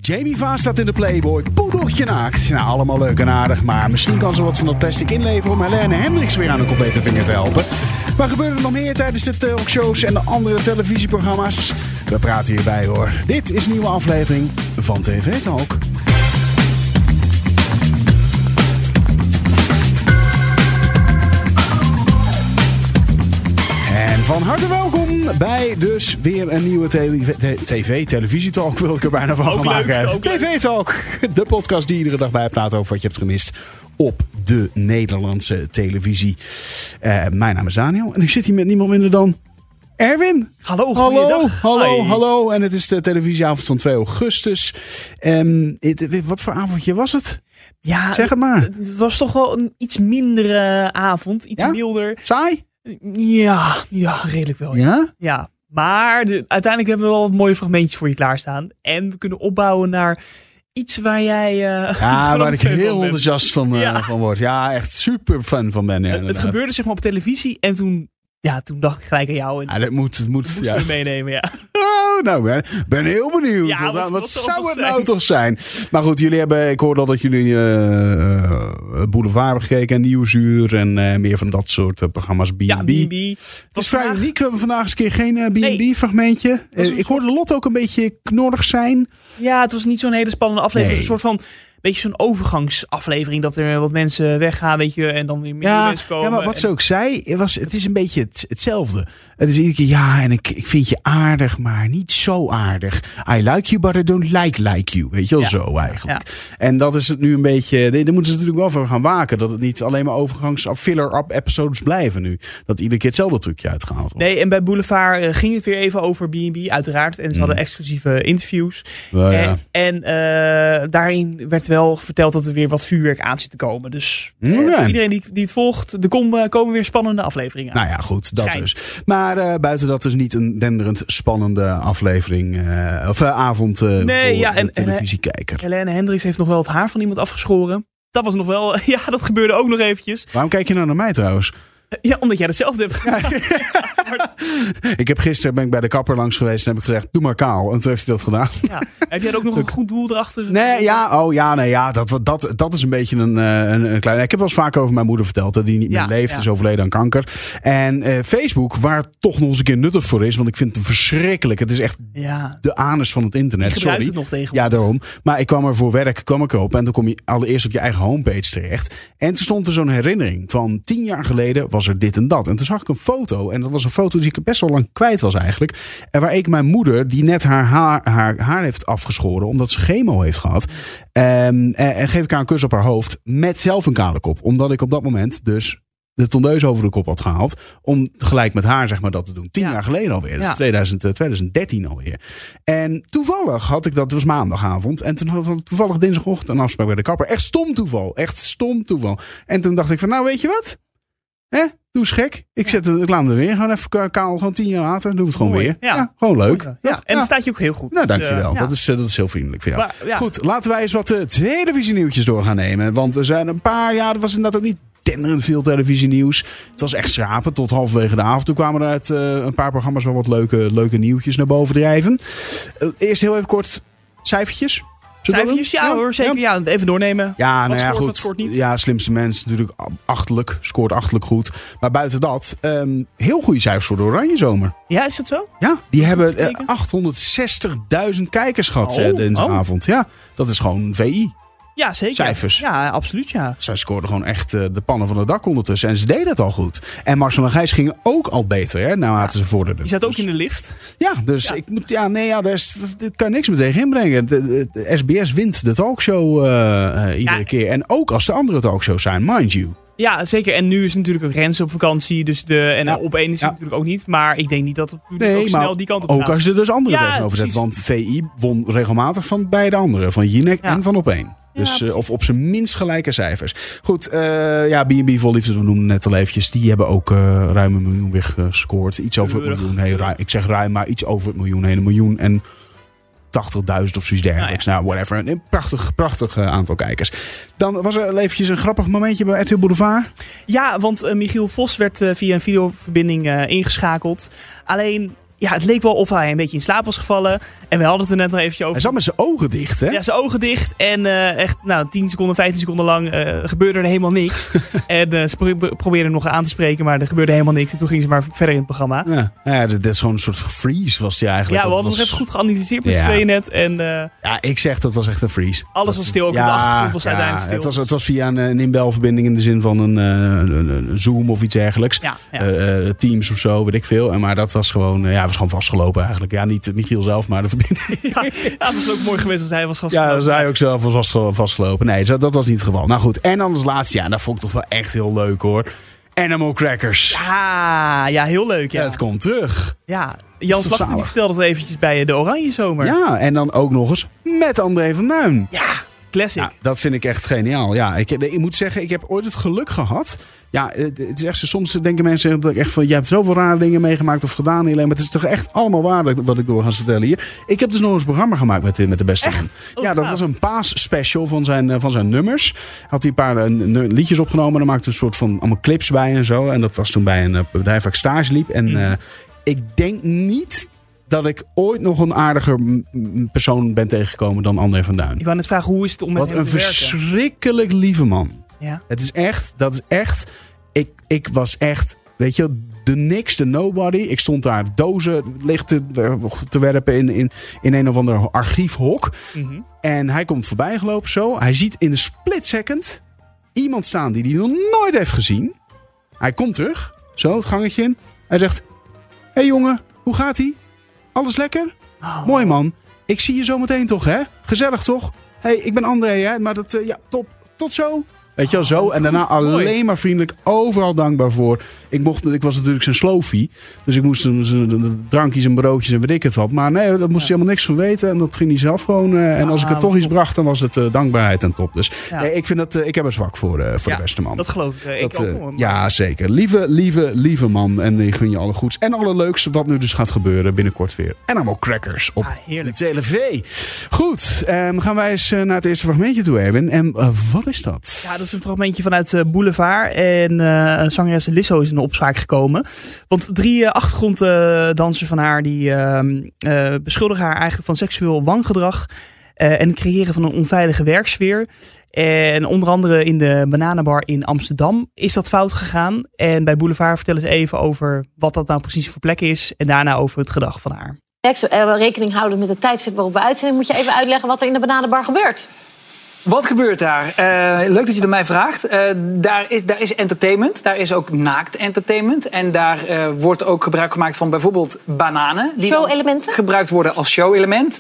Jamie Vaas staat in de Playboy, poedeltje naakt. Nou, allemaal leuk en aardig, maar misschien kan ze wat van dat plastic inleveren om Helene Hendricks weer aan een complete vinger te helpen. Maar gebeurt er nog meer tijdens de talkshows en de andere televisieprogramma's? We praten hierbij hoor. Dit is een nieuwe aflevering van TV Talk. En van harte welkom bij dus weer een nieuwe televisietalk, wil ik er bijna van gaan maken. TV Talk, de podcast die iedere dag bijpraat over wat je hebt gemist op de Nederlandse televisie. Mijn naam is Daniel en ik zit hier met niemand minder dan Erwin. Hallo. En het is de televisieavond van 2 augustus. Wat voor avondje was het? Ja, zeg het maar. Het was toch wel een iets mindere avond, iets milder. Saai? Ja, redelijk wel. Ja. Maar uiteindelijk hebben we wel wat mooie fragmentjes voor je klaarstaan. En we kunnen opbouwen naar iets waar jij waar ik heel enthousiast van word. Ja, echt super fan van ben. Ja, het gebeurde zeg maar op televisie en toen dacht ik gelijk aan jou. En dat moet we meenemen, ja. Oh, nou, ik ben heel benieuwd. Ja, wat zou het nou toch zijn? Maar goed, ik hoorde al dat jullie Boulevard hebben gekeken en Nieuwsuur en meer van dat soort programma's. B&B. Ja, B&B. Het is vrij uniek. We hebben vandaag eens een keer geen B&B-fragmentje. Ik hoorde Lot ook een beetje knorrig zijn. Ja, het was niet zo'n hele spannende aflevering. Een soort van beetje zo'n overgangsaflevering dat er wat mensen weggaan, weet je, en dan weer meer mensen komen. Ja, maar wat ze ook zei, het is een beetje hetzelfde. Het is iedere keer, en ik vind je aardig, maar niet zo aardig. I like you, but I don't like you. Weet je wel, zo eigenlijk. Ja. En dat is het nu een beetje, daar moeten ze natuurlijk wel voor gaan waken. Dat het niet alleen maar filler-up-episodes blijven nu. Dat iedere keer hetzelfde trucje uitgehaald wordt. Nee, en bij Boulevard ging het weer even over B&B, uiteraard. En ze hadden exclusieve interviews. En daarin werd wel verteld dat er weer wat vuurwerk aan zit te komen. Dus voor iedereen die het volgt, er komen weer spannende afleveringen aan. Nou ja, goed, dat dus. Maar buiten dat is niet een denderend spannende aflevering avond voor de televisiekijker. Helene Hendricks heeft nog wel het haar van iemand afgeschoren. Dat was nog wel, dat gebeurde ook nog eventjes. Waarom kijk je nou naar mij trouwens? Ja, omdat jij hetzelfde hebt gedaan. Gisteren ben ik bij de kapper langs geweest en heb ik gezegd, doe maar kaal. En toen heeft hij dat gedaan. Ja. Heb jij ook nog een goed doel erachter? Dat is een beetje een klein... Ik heb wel eens vaak over mijn moeder verteld, die niet meer leeft, is overleden aan kanker. En Facebook, waar toch nog eens een keer nuttig voor is, want ik vind het verschrikkelijk. Het is echt de anus van het internet. Je gebruikt het nog tegenwoordig. Ja, daarom. Maar ik kwam er voor werk, erop en dan kom je allereerst op je eigen homepage terecht. En toen stond er zo'n herinnering van 10 jaar geleden was er dit en dat. En toen zag ik een foto. En dat was een foto die ik best wel lang kwijt was eigenlijk. En waar ik mijn moeder, die net haar haar heeft afgeschoren, omdat ze chemo heeft gehad. En geef ik haar een kus op haar hoofd met zelf een kale kop. Omdat ik op dat moment dus de tondeus over de kop had gehaald. Om tegelijk met haar zeg maar dat te doen. 10 jaar geleden alweer. Dat is 2013 alweer. En toevallig had ik dat, het was maandagavond. En toen had ik toevallig dinsdagochtend een afspraak bij de kapper. Echt stom toeval. En toen dacht ik van, nou weet je wat? Doe eens gek. Ik laat hem weer gewoon even kaal. Gewoon 10 jaar later. Doe het gewoon weer. Ja, gewoon leuk. Ja. En dan staat je ook heel goed. Nou, dankjewel. Dat is heel vriendelijk voor jou. Maar, goed, laten wij eens wat televisienieuwtjes door gaan nemen. Want er zijn een paar jaar, er was inderdaad ook niet denderend veel televisienieuws. Het was echt schrapen tot halverwege de avond. Toen kwamen er uit een paar programma's wel wat leuke nieuwtjes naar boven drijven. Eerst heel even kort cijfertjes. Cijfertjes? Ja hoor, zeker. Ja, even doornemen. Ja, wat scoort, goed. Wat scoort niet? Ja, slimste mens natuurlijk scoort achterlijk goed. Maar buiten dat, heel goede cijfers voor de Oranje Zomer. Ja, is dat zo? Ja, die hebben 860.000 kijkers gehad dinsdagavond. Ja, dat is gewoon VI. Ja, zeker. Cijfers. Ja, absoluut, ja. Zij scoorden gewoon echt de pannen van het dak ondertussen. En ze deden het al goed. En Marcel en Gijs gingen ook al beter, naarmate ze vorderden. Die zat ook in de lift. Ja, dus ik moet... daar kan niks meer tegen inbrengen. De SBS wint de talkshow iedere keer. En ook als de andere talkshows zijn, mind you. Ja, zeker. En nu is natuurlijk ook Rens op vakantie. Dus op één is het natuurlijk ook niet. Maar ik denk niet dat het ook snel die kant op gaat. Ook als je er dus andere tegenover zet. Want VI won regelmatig van beide anderen. Van Jinek en van Op1. Dus of op zijn minst gelijke cijfers. Goed, B&B Vol Liefde, we noemden net al eventjes. Die hebben ook ruim 1 miljoen weggescoord. Iets over het miljoen. Ik zeg ruim, maar iets over het miljoen. 1 miljoen en 80.000 of zoiets dergelijks. Nou, whatever. Een prachtig aantal kijkers. Dan was er eventjes een grappig momentje bij RTL Boulevard. Ja, want Michiel Vos werd via een videoverbinding ingeschakeld. Alleen... het leek wel of hij een beetje in slaap was gevallen. En we hadden het er net nog eventjes over. Hij zat met zijn ogen dicht, hè? Ja, zijn ogen dicht. En echt 10 seconden, 15 seconden lang gebeurde er helemaal niks. En ze probeerden hem nog aan te spreken, maar er gebeurde helemaal niks. En toen gingen ze maar verder in het programma. Ja, dit is gewoon een soort freeze was die eigenlijk. Ja, we hadden nog even goed geanalyseerd met z'n tweeën net. En, ik zeg dat was echt een freeze. Alles was stil, ook op de achtergrond was uiteindelijk stil. Het was via een inbelverbinding in de zin van een Zoom of iets dergelijks. Teams of zo, weet ik veel. Maar dat was gewoon, was gewoon vastgelopen eigenlijk. Ja, niet Michiel zelf, maar de verbinding. Het was ook mooi geweest als hij was vastgelopen. Ja, als hij ook zelf was vastgelopen. Nee, dat was niet het geval. Nou goed, en dan als laatste, en dat vond ik toch wel echt heel leuk hoor. Animal Crackers. Ja, heel leuk. Ja, het komt terug. Ja, Jan Slachter die vertelde het eventjes bij de Oranje Zomer. Ja, en dan ook nog eens met André van Duin. Ja, classic. Ja, dat vind ik echt geniaal. Ja, ik moet zeggen, ik heb ooit het geluk gehad. Ja, het is echt, soms denken mensen dat ik echt van, je hebt zoveel rare dingen meegemaakt of gedaan. Maar het is toch echt allemaal waar wat ik door ga vertellen hier. Ik heb dus nog eens een programma gemaakt met de beste man. Ja, dat was een paasspecial van zijn nummers. Had hij een paar liedjes opgenomen. Dan maakte een soort van allemaal clips bij en zo. En dat was toen bij een bedrijf waar ik stage liep. En ik denk niet dat ik ooit nog een aardiger persoon ben tegengekomen dan André van Duin. Ik wou net vragen, hoe is het om met hem te werken? Wat een verschrikkelijk lieve man. Ja. Dat is echt. Ik was echt, weet je, de niks, de nobody. Ik stond daar dozen licht te werpen in een of ander archiefhok. Mm-hmm. En hij komt voorbij gelopen zo. Hij ziet in een split second iemand staan die hij nog nooit heeft gezien. Hij komt terug, zo het gangetje in. Hij zegt, hey jongen, hoe gaat-ie? Alles lekker? Oh. Mooi man. Ik zie je zo meteen toch, hè? Gezellig toch? Hey, ik ben André, hè? Maar dat, top. Tot zo. Weet je wel, zo. En daarna alleen maar vriendelijk. Overal dankbaar voor. Ik was natuurlijk zijn slofie. Dus ik moest hem drankjes en broodjes en weet ik het wat. Maar nee, daar moest hij helemaal niks van weten. En dat ging hij zelf gewoon. En als ik er toch iets bracht, dan was het dankbaarheid en top. Dus ik vind dat, ik heb er zwak voor de beste man. Dat geloof ik. Ik ook. Ja, zeker. Lieve man. En die gun je alle goeds. En allerleukste wat nu dus gaat gebeuren binnenkort weer. Animal Crackers op de TLV. Goed, gaan wij eens naar het eerste fragmentje toe, Erwin. En wat is dat? Ja, dat is een fragmentje vanuit Boulevard. En zangeres Lizzo is in de opspraak gekomen. Want 3 achtergronddansers van haar die beschuldigen haar eigenlijk van seksueel wangedrag. En het creëren van een onveilige werksfeer. En onder andere in de Bananenbar in Amsterdam is dat fout gegaan. En bij Boulevard vertellen ze even over wat dat nou precies voor plek is. En daarna over het gedrag van haar. Rekening houden met het tijdstip waarop we uitzenden. Moet je even uitleggen wat er in de Bananenbar gebeurt? Wat gebeurt daar? Leuk dat je het mij vraagt. Daar is entertainment. Daar is ook naakt entertainment. En daar wordt ook gebruik gemaakt van bijvoorbeeld bananen. Die show-elementen? Gebruikt worden als show-element.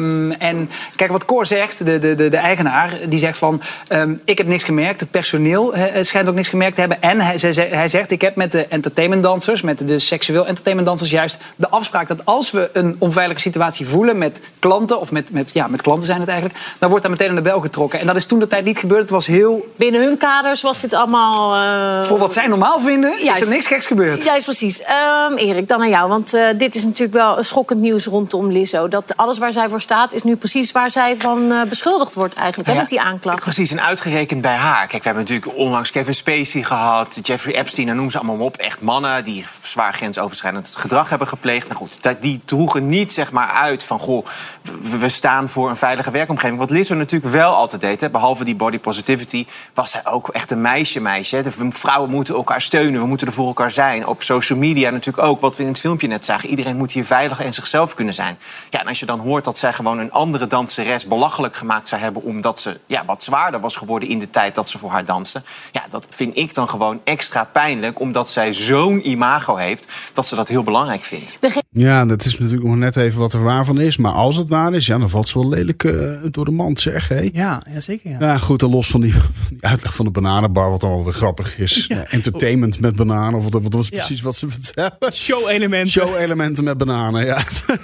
En kijk wat Cor zegt, de eigenaar. Die zegt van, ik heb niks gemerkt. Het personeel schijnt ook niks gemerkt te hebben. En hij zegt, ik heb met de entertainmentdansers, met de seksueel entertainmentdansers juist de afspraak dat als we een onveilige situatie voelen met klanten, of met klanten zijn het eigenlijk, dan wordt daar meteen aan de bel getrokken. En dat is toen de tijd niet gebeurd. Het was heel... Binnen hun kaders was dit allemaal... Voor wat zij normaal vinden, is er niks geks gebeurd. Juist, precies. Erik, dan aan jou. Want dit is natuurlijk wel een schokkend nieuws rondom Lizzo. Dat alles waar zij voor staat, is nu precies waar zij van beschuldigd wordt eigenlijk. Met die aanklacht. Precies, en uitgerekend bij haar. Kijk, we hebben natuurlijk onlangs Kevin Spacey gehad. Jeffrey Epstein, en noem ze allemaal op. Echt mannen die zwaar grensoverschrijdend gedrag hebben gepleegd. Nou goed, die droegen niet zeg maar uit van... goh, we staan voor een veilige werkomgeving. Wat Lizzo natuurlijk wel altijd deed, behalve die body positivity, was zij ook echt een meisje. De vrouwen moeten elkaar steunen, we moeten er voor elkaar zijn. Op social media natuurlijk ook, wat we in het filmpje net zagen. Iedereen moet hier veilig en zichzelf kunnen zijn. Ja, en als je dan hoort dat zij gewoon een andere danseres belachelijk gemaakt zou hebben, omdat ze wat zwaarder was geworden in de tijd dat ze voor haar danste. Ja, dat vind ik dan gewoon extra pijnlijk, omdat zij zo'n imago heeft, dat ze dat heel belangrijk vindt. Ja, dat is natuurlijk nog net even wat er waar van is. Maar als het waar is, dan valt ze wel lelijk door de mand, zeg. Hé. Ja, zeker. Ja, goed, en los van die uitleg van de Bananenbar, wat al weer grappig is. Ja. Entertainment met bananen, of wat was precies wat ze vertellen? Show-elementen. Show-elementen met bananen, ja.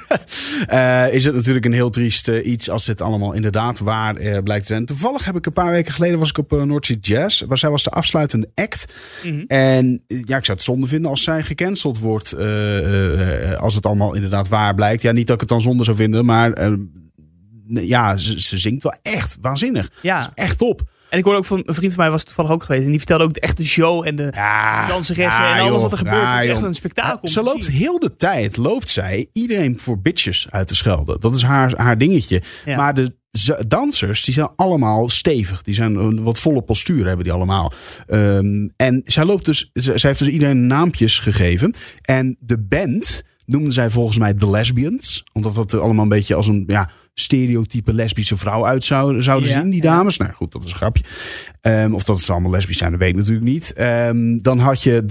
Is het natuurlijk een heel triest iets als dit allemaal inderdaad waar blijkt te zijn. Toevallig heb ik een paar weken geleden was ik op Noordzee Jazz. Waar zij was de afsluitende act. Mm-hmm. En ik zou het zonde vinden als zij gecanceld wordt. Als het allemaal inderdaad waar blijkt. Ja, niet dat ik het dan zonde zou vinden, maar... ze zingt wel echt waanzinnig. Ja. Dat is echt top. En ik hoorde ook van een vriend van mij, was toevallig ook geweest. En die vertelde ook echt de show en de danseressen en alles wat er gebeurt. Het is echt een spektakel. Ze loopt heel de tijd, iedereen voor bitches uit te schelden. Dat is haar dingetje. Ja. Maar de dansers, die zijn allemaal stevig. Die zijn wat volle postuur hebben die allemaal. En zij loopt dus, zij heeft dus iedereen naampjes gegeven. En de band noemden zij volgens mij The Lesbians. Omdat dat allemaal een beetje als een stereotype lesbische vrouw uit zouden zien, die dames. Nou goed, dat is een grapje. Of dat ze allemaal lesbisch zijn, dat weet ik natuurlijk niet. Dan had je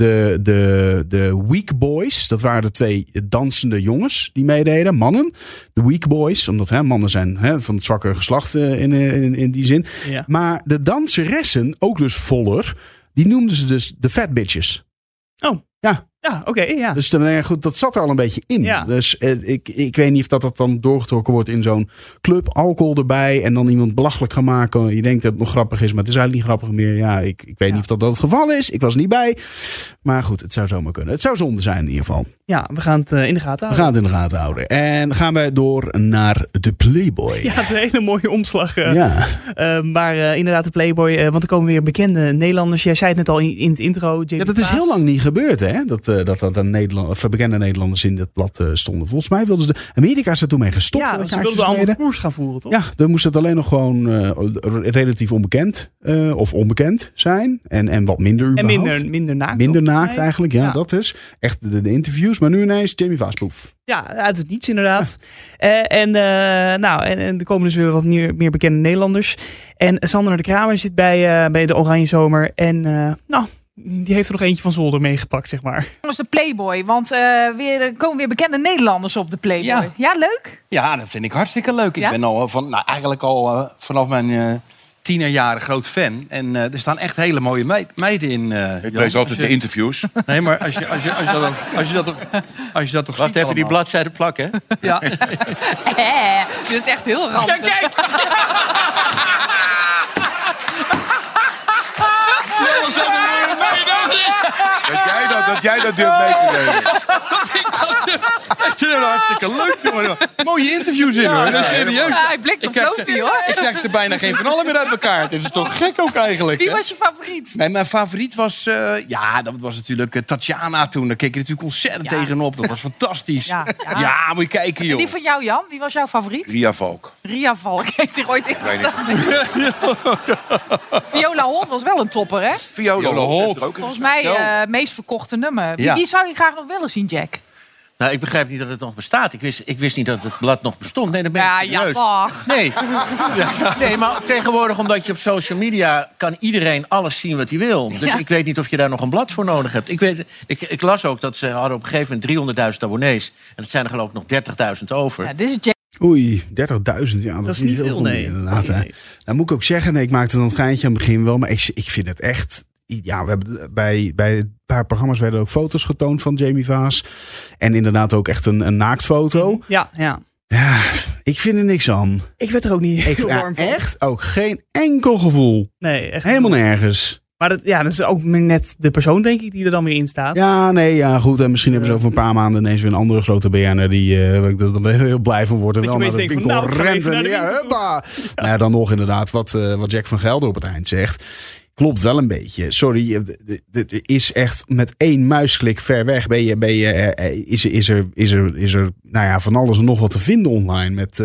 de Weak Boys. Dat waren de 2 dansende jongens die meededen. Mannen. De Weak Boys. Omdat mannen zijn van het zwakke geslacht in die zin. Ja. Maar de danseressen, ook dus voller, die noemden ze dus de Fat Bitches. Oh. Ja. Ja, oké. Dus goed, dat zat er al een beetje in. Ja. Dus ik weet niet of dat dan doorgetrokken wordt in zo'n club. Alcohol erbij en dan iemand belachelijk gaan maken. Je denkt dat het nog grappig is, maar het is eigenlijk niet grappig meer. Ja, ik weet niet of dat het geval is. Ik was er niet bij. Maar goed, het zou zomaar kunnen. Het zou zonde zijn in ieder geval. Ja, we gaan het in de gaten houden. We gaan het in de gaten houden. En dan gaan wij door naar de Playboy. Ja, een hele mooie omslag. Maar inderdaad de Playboy. Want er komen weer bekende Nederlanders. Jij zei het net al in het intro. Dat is heel lang niet gebeurd, hè? Dat bekende Nederlanders in dat blad stonden. Volgens mij wilden ze Amerika is er toen mee gestopt. Ja, ze wilden allemaal koers gaan voeren, toch? Ja, dan moest het alleen nog gewoon relatief onbekend of onbekend zijn. En wat minder überhaupt. En minder naakt. Minder naakt eigenlijk, ja, dat is. Echt de interviews, maar nu ineens Jamie Vaas poef. Ja, uit het niets inderdaad. Ja. En er komen dus weer wat meer bekende Nederlanders. En Sander de Kramer zit bij de Oranje Zomer. En die heeft er nog eentje van zolder meegepakt, zeg maar. Dat is de Playboy, want er komen weer bekende Nederlanders op de Playboy. Ja, leuk? Ja, dat vind ik hartstikke leuk. Ja? Ik ben al vanaf mijn tienerjaren groot fan. En er staan echt hele mooie meiden in. Ik lees altijd de interviews. Nee, maar als je dat toch Wacht even, die bladzijde plakken. Ja. Dit is echt heel ranzig. Ja, kijk! Dat jij dat durft mee te nemen. Ik vind het hartstikke leuk, jongen. Mooie interviews in, hoor. Dat is serieus. Hij blikt nog close die, hoor. Ik krijg ze bijna geen van allen meer uit elkaar. Dit is toch gek ook eigenlijk. Wie was je favoriet? Nee, mijn favoriet was... dat was natuurlijk Tatjana toen. Daar keek je natuurlijk ontzettend tegenop. Dat was fantastisch. Ja, moet je kijken, joh. En die van jou, Jan? Wie was jouw favoriet? Ria Valk. Ria Valk heeft zich ooit ingestaan. Viola Holt was wel een topper, hè? Viola Holt. Volgens mij meest verkochte nummer. Wie zou je graag nog willen zien, Jack? Nou, ik begrijp niet dat het nog bestaat. Ik wist niet dat het blad nog bestond. Nee, dat ben ik serieus. Nee, maar tegenwoordig, omdat je op social media kan iedereen alles zien wat hij wil. Dus ik weet niet of je daar nog een blad voor nodig hebt. Ik las ook dat ze hadden op een gegeven moment 300.000 abonnees. En dat zijn er geloof ik nog 30.000 over. Ja, dit is Jack. Oei, 30.000. Ja, dat is niet veel, nee. Inderdaad, nee. Nou moet ik ook zeggen, ik maakte dan het geintje aan het begin wel. Maar ik vind het echt... Ja, we hebben bij een paar programma's werden ook foto's getoond van Jamie Vaas. En inderdaad ook echt een naaktfoto. Ja. Ja, ik vind er niks aan. Ik werd er ook niet heel warm van. Echt ook geen enkel gevoel. Nee, echt helemaal nergens. Maar dat is ook net de persoon, denk ik, die er dan weer in staat. Ja, goed. En misschien hebben ze over een paar maanden ineens weer een andere grote BN'er die dan weer heel blij van wordt. En wel naar de winkel rent. Dan nog inderdaad wat Jack van Gelder op het eind zegt. Klopt wel een beetje. Sorry, het is echt met 1 muisklik ver weg. Is er van alles en nog wat te vinden online. Met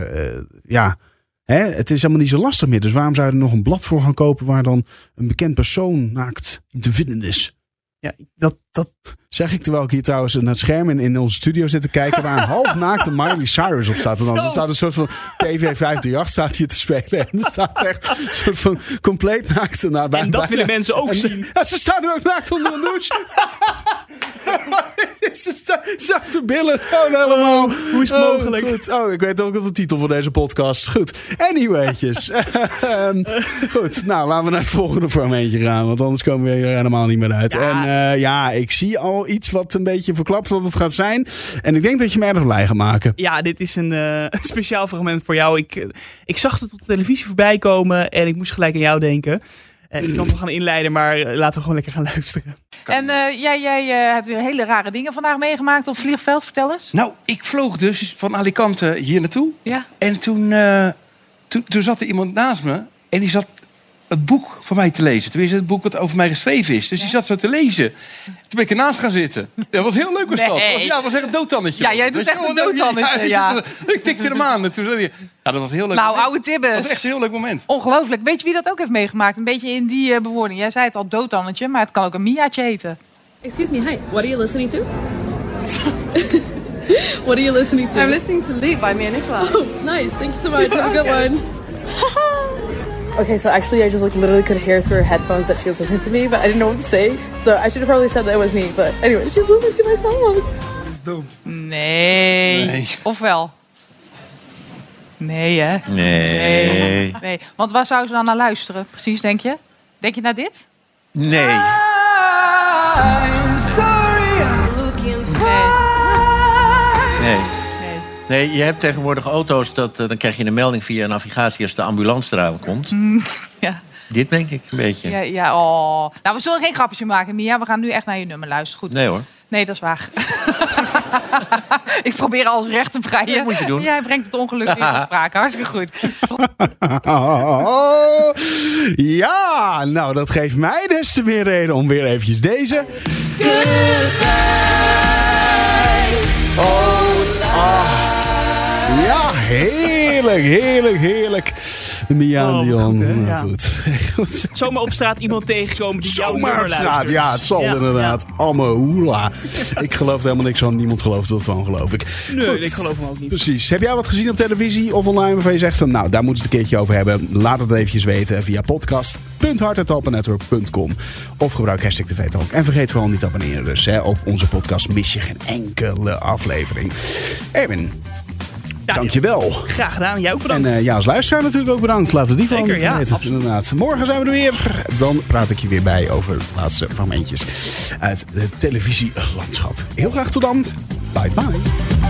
het is helemaal niet zo lastig meer. Dus waarom zou je er nog een blad voor gaan kopen waar dan een bekend persoon naakt te vinden is? Ja, dat zeg ik terwijl ik hier trouwens naar het scherm in onze studio zit te kijken waar een halfnaakte Miley Cyrus op staat. En dan staat een soort van TV 538 staat hier te spelen. En er staat echt een soort van compleet naakte nabij. En dat willen mensen ook zien. Ja, ze staan er ook naakt onder een douche. Ze zag de billen gewoon helemaal. Hoe is het mogelijk? Goed. Ik weet ook wel de titel van deze podcast. Goed. Anyway'tjes. Goed. Nou, laten we naar het volgende fragmentje gaan. Want anders komen we hier helemaal niet meer uit. Ja. En ik zie al iets wat een beetje verklapt wat het gaat zijn. En ik denk dat je me erg blij gaat maken. Ja, dit is een speciaal fragment voor jou. Ik zag het op de televisie voorbij komen. En ik moest gelijk aan jou denken. Ik kan nog gaan inleiden, maar laten we gewoon lekker gaan luisteren. En jij hebt weer hele rare dingen vandaag meegemaakt op het vliegveld. Vertel eens. Nou, ik vloog dus van Alicante hier naartoe. Ja. En toen zat er iemand naast me en die zat het boek voor mij te lezen. Tenminste, het boek wat over mij geschreven is. Dus die zat zo te lezen. Toen ben ik ernaast gaan zitten. Dat was heel leuk, was dat. Dat was echt een doodtannetje. Ja, jij doet echt een doodtannetje, ja. Ik tikte hem aan en toen zei hij... Ja, dat was heel leuk. Nou, oude Tibbes. Dat was echt een heel leuk moment. Ongelooflijk. Weet je wie dat ook heeft meegemaakt? Een beetje in die bewoording. Jij zei het al, doodtannetje, maar het kan ook een Miaatje heten. Excuse me, hi. What are you listening to? What are you listening to? I'm listening to Leap by Mia Nicola. Oh, nice. Thank you so much. Have a good one. Okay, so actually I just literally could hear through her headphones that she was listening to me, but I didn't know what to say. So I should have probably said that it was me. But anyway, she's listening to my song. Nee. Ofwel? Nee, hè? Nee. Want waar zou ze dan naar luisteren, precies, denk je? Denk je naar dit? Nee. I'm sorry, I'm looking for... Nee, je hebt tegenwoordig auto's, dan krijg je een melding via navigatie als de ambulance eraan komt. Ja. Dit denk ik een beetje. Ja, oh. Nou, we zullen geen grapjes maken, Mia. We gaan nu echt naar je nummer luisteren. Goed. Nee hoor. Nee, dat is waar. Ik probeer alles recht te breien. Dat moet je doen. Jij brengt het ongeluk in de sprake. Hartstikke goed. Ja, nou dat geeft mij des te meer reden om weer eventjes deze... Ja, heerlijk. Mia en Dion. Goed. Zomaar op straat iemand tegenkomen die Zomaar op straat, ja, het zal inderdaad. Allemaal hoela. Ik geloof er helemaal niks van. Niemand gelooft dat gewoon, geloof ik. Nee, goed. Ik geloof hem ook niet. Precies. Heb jij wat gezien op televisie of online waarvan je zegt van, nou, daar moeten ze het een keertje over hebben? Laat het eventjes weten via podcast.hart@talpanetwork.com of gebruik #TVTalk. En vergeet vooral niet te abonneren dus. Op onze podcast mis je geen enkele aflevering. Erwin. Dankjewel. Graag gedaan. Jij ook bedankt. En als luisteraar natuurlijk ook bedankt. Laten we die van weten. Inderdaad. Morgen zijn we er weer. Dan praat ik je weer bij over de laatste fragmentjes uit het televisielandschap. Heel graag tot dan. Bye bye.